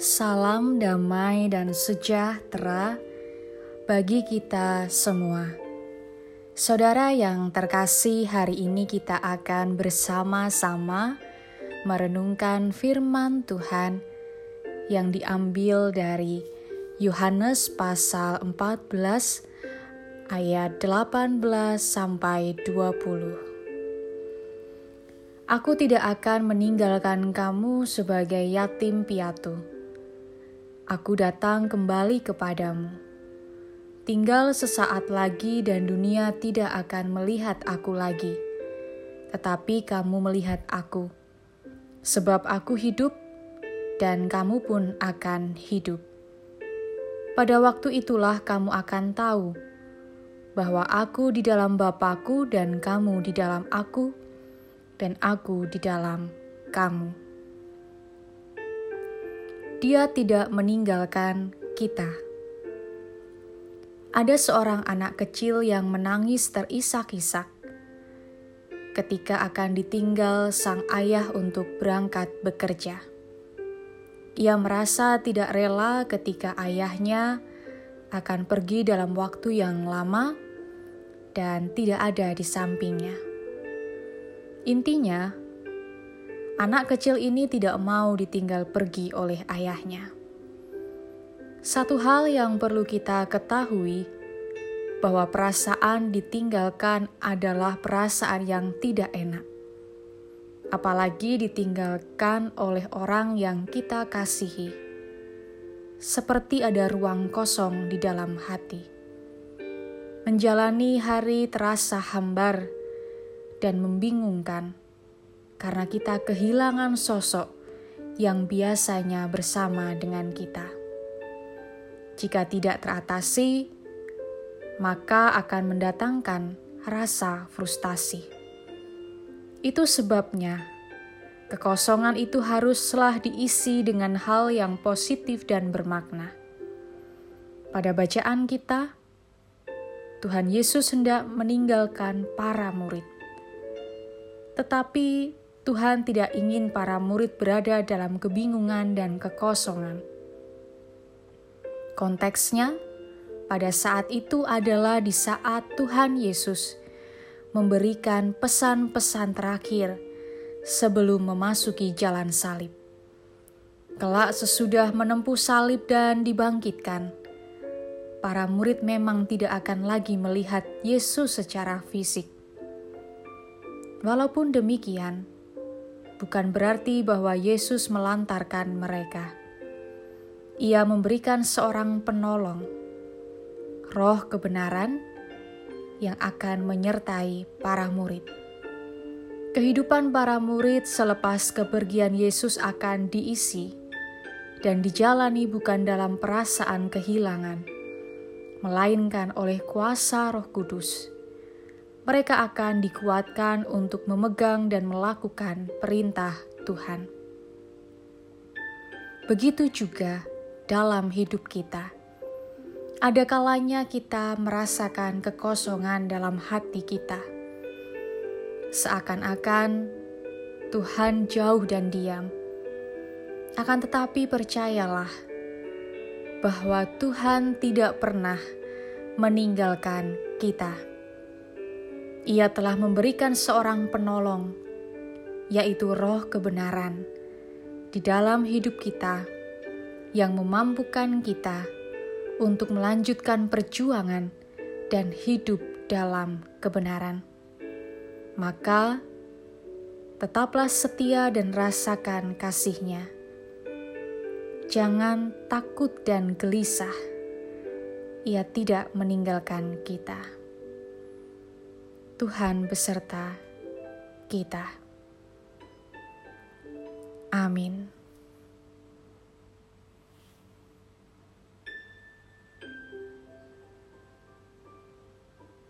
Salam damai dan sejahtera bagi kita semua. Saudara yang terkasih, hari ini kita akan bersama-sama merenungkan firman Tuhan yang diambil dari Yohanes pasal 14 ayat 18 sampai 20. Aku tidak akan meninggalkan kamu sebagai yatim piatu. Aku datang kembali kepadamu. Tinggal sesaat lagi dan dunia tidak akan melihat aku lagi. Tetapi kamu melihat aku. Sebab aku hidup dan kamu pun akan hidup. Pada waktu itulah kamu akan tahu bahwa aku di dalam Bapa-Ku dan kamu di dalam aku dan aku di dalam kamu. Dia tidak meninggalkan kita. Ada seorang anak kecil yang menangis terisak-isak ketika akan ditinggal sang ayah untuk berangkat bekerja. Ia merasa tidak rela ketika ayahnya akan pergi dalam waktu yang lama dan tidak ada di sampingnya. Intinya, anak kecil ini tidak mau ditinggal pergi oleh ayahnya. Satu hal yang perlu kita ketahui, bahwa perasaan ditinggalkan adalah perasaan yang tidak enak. Apalagi ditinggalkan oleh orang yang kita kasihi. Seperti ada ruang kosong di dalam hati. Menjalani hari terasa hambar dan membingungkan, karena kita kehilangan sosok yang biasanya bersama dengan kita. Jika tidak teratasi, maka akan mendatangkan rasa frustasi. Itu sebabnya, kekosongan itu haruslah diisi dengan hal yang positif dan bermakna. Pada bacaan kita, Tuhan Yesus hendak meninggalkan para murid. Tetapi Tuhan tidak ingin para murid berada dalam kebingungan dan kekosongan. Konteksnya, pada saat itu adalah di saat Tuhan Yesus memberikan pesan-pesan terakhir sebelum memasuki jalan salib. Kelak sesudah menempuh salib dan dibangkitkan, para murid memang tidak akan lagi melihat Yesus secara fisik. Walaupun demikian, bukan berarti bahwa Yesus melantarkan mereka. Ia memberikan seorang penolong, Roh kebenaran yang akan menyertai para murid. Kehidupan para murid selepas kepergian Yesus akan diisi dan dijalani bukan dalam perasaan kehilangan, melainkan oleh kuasa Roh Kudus. Mereka akan dikuatkan untuk memegang dan melakukan perintah Tuhan. Begitu juga dalam hidup kita. Ada kalanya kita merasakan kekosongan dalam hati kita. Seakan-akan Tuhan jauh dan diam. Akan tetapi percayalah bahwa Tuhan tidak pernah meninggalkan kita. Ia telah memberikan seorang penolong, yaitu Roh kebenaran, di dalam hidup kita, yang memampukan kita untuk melanjutkan perjuangan dan hidup dalam kebenaran. Maka, tetaplah setia dan rasakan kasih-Nya. Jangan takut dan gelisah, Ia tidak meninggalkan kita. Tuhan beserta kita. Amin.